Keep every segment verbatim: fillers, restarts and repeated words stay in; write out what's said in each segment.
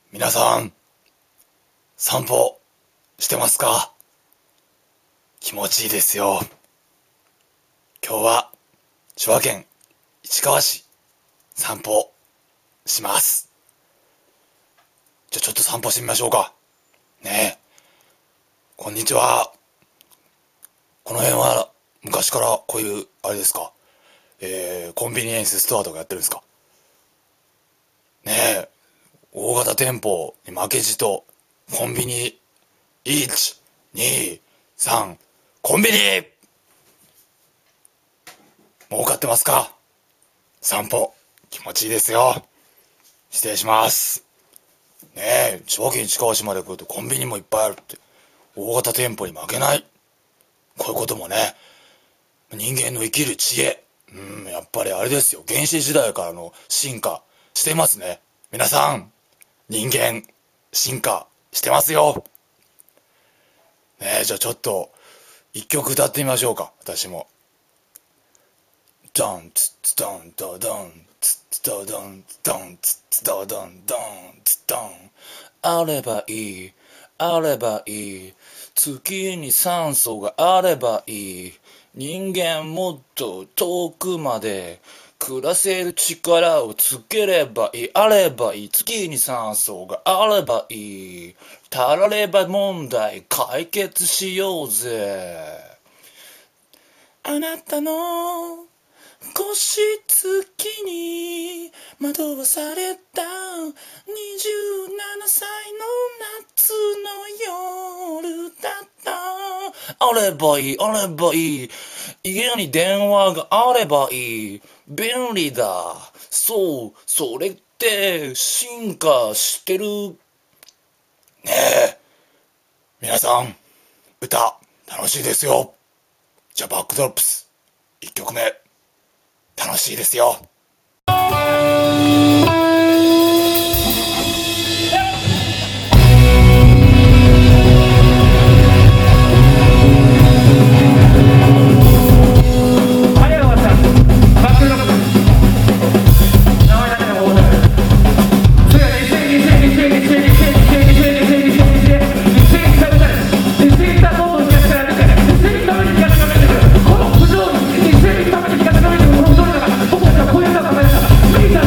皆さん、散歩してますか？気持ちいいですよ。今日は千葉県市川市散歩します。じゃあちょっと散歩してみましょうか。ねえ。こんにちは。この辺は昔からこういう、あれですか、えー、コンビニエンスストアとかやってるんですか？ねえ。大型店舗に負けじとコンビニいち、に、さんコンビニ儲かってますか？散歩気持ちいいですよ。失礼します。ねえ、千葉県市川市まで来るとコンビニもいっぱいあるって、大型店舗に負けない、こういうこともね、人間の生きる知恵、うん、やっぱりあれですよ、原始時代からの進化してますね。皆さん、人間進化してますよ。ねえ、じゃあちょっと一曲歌ってみましょうか。私も。ドンツツドンドドンツツドドンドンツツドドンドンツドン。あればいい、あればいい、月に酸素があればいい、人間もっと遠くまで暮らせる力をつければいい、あればいい、月に酸素があればいい、たられば問題解決しようぜ。あなたの星月に惑わされたにじゅうななさいの夏の夜だった。あればいい、あればいい、家に電話があればいい、便利だ。そう、それって進化してるねえ。皆さん、歌楽しいですよ。じゃあバックドロップスいっきょくめ楽しいですよ。 この不条理に正義のために生き方が見てもこの不条理だから僕たちはこういう歌を考えてた。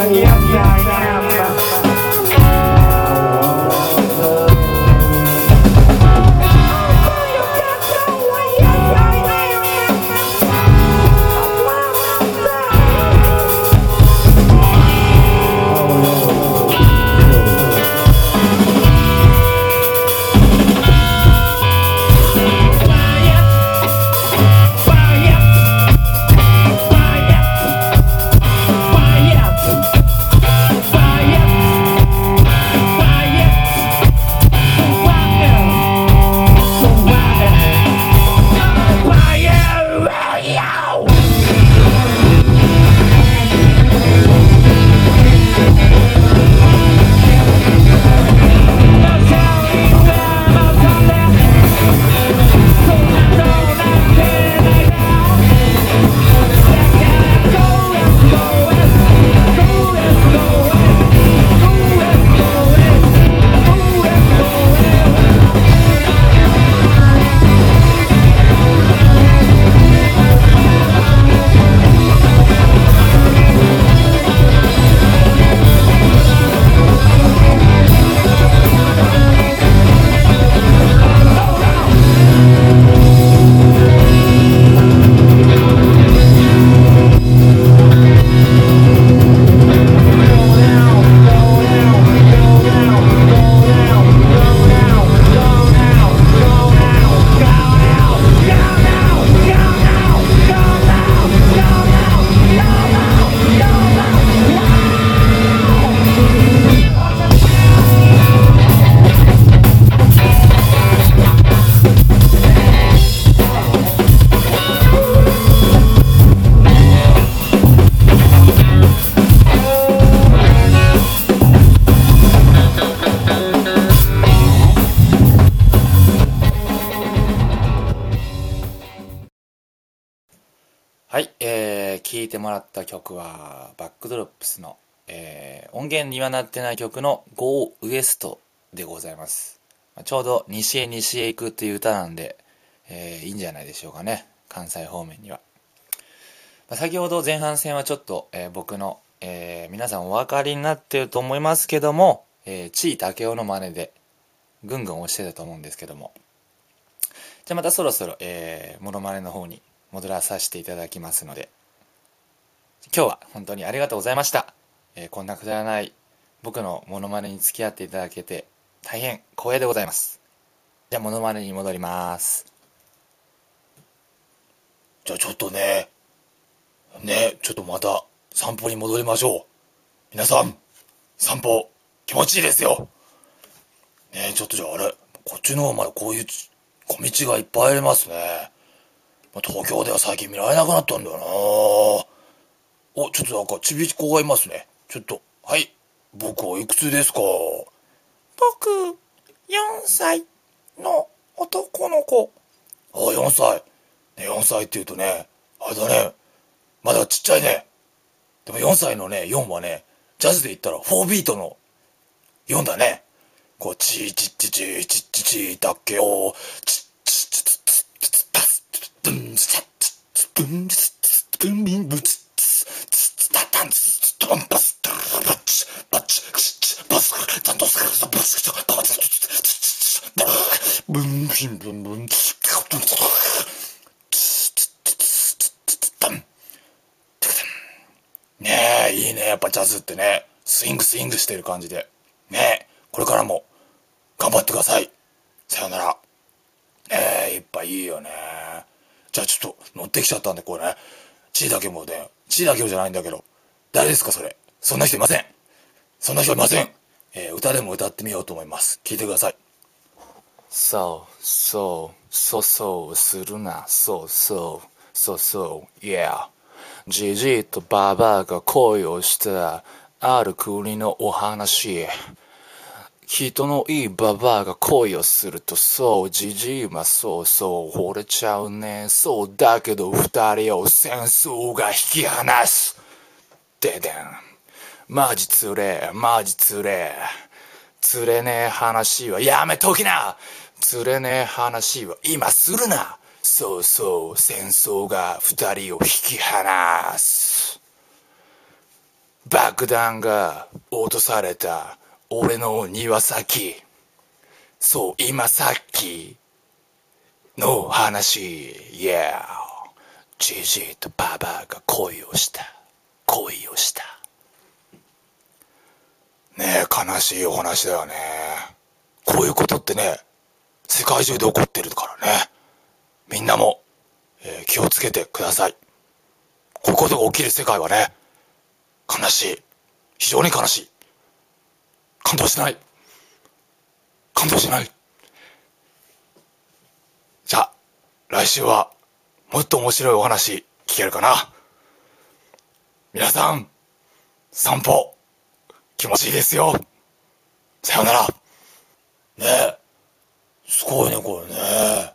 はい、えー、聴いてもらった曲はバックドロップスの、えー、音源にはなってない曲の Go West でございます。ちょうど西へ西へ行くっていう歌なんで、えー、いいんじゃないでしょうかね、関西方面には。まあ、先ほど前半戦はちょっと、えー、僕の、えー、皆さんお分かりになっていると思いますけども、えー、地井武雄の真似でぐんぐん押してたと思うんですけども、じゃあまたそろそろ、えー、モノマネの方に戻らさせていただきますので、今日は本当にありがとうございました。えー、こんなくだらない僕のモノマネに付き合っていただけて大変光栄でございます。じゃあモノマネに戻ります。じゃあちょっとねねちょっとまた散歩に戻りましょう。皆さん散歩気持ちいいですよね。ちょっとじゃああれこっちの方までこういう小道がいっぱいありますね。東京では最近見られなくなったんだよな。お、ちょっとなんかちびっ子がいますね。ちょっと、はい。僕おいくつですか？僕、よんさいの男の子。あ、よんさい。ね、よんさいって言うとね、あれだね。まだちっちゃいね。でもよんさいのね、よんはね、ジャズで言ったらよんビートのよんだね。こう、チーチッチチーチッチチーだっけよ。チッチッチッチッチッチッパスブンチッチッブンチッブンビンブツッツッタタンツットンパスバッチバッチクシッチバスタントスカバスバスブンビンブンブンねえ、いいね、やっぱジャズってね、スイングスイングしてる感じでねえ、これからも頑張ってください。さよなら。ねえ、いっぱいいいよね。じゃあちょっと乗ってきちゃったんで、これね、地位だけもね、地位だけじゃないんだけど、誰ですかそれ。そんな人いません。そんな人いません。えー、歌でも歌ってみようと思います。聞いてください。そうそうそうそうするな、そうそうそうそう yeah。 ジジイとババアが恋をしたある国のお話。人のいいババアが恋をすると、そうジジイはそうそう惚れちゃうね。そうだけど二人を戦争が引き離す。ででん、マジつれマジつれつれねえ話はやめときな。つれねえ話は今するな。そうそう戦争が二人を引き離す。 爆弾が落とされた俺の庭先。そう、今さっきの話。Yeah。じじいとババアが恋をした。恋をした。ねえ、悲しいお話だよね。こういうことってね、世界中で起こってるからね。みんなも、えー、気をつけてください。こういうことが起きる世界はね、悲しい。非常に悲しい。感動しない。感動しない。じゃあ、来週は、もっと面白いお話聞けるかな。皆さん、散歩、気持ちいいですよ。さようなら。ねえ、すごいね、これね。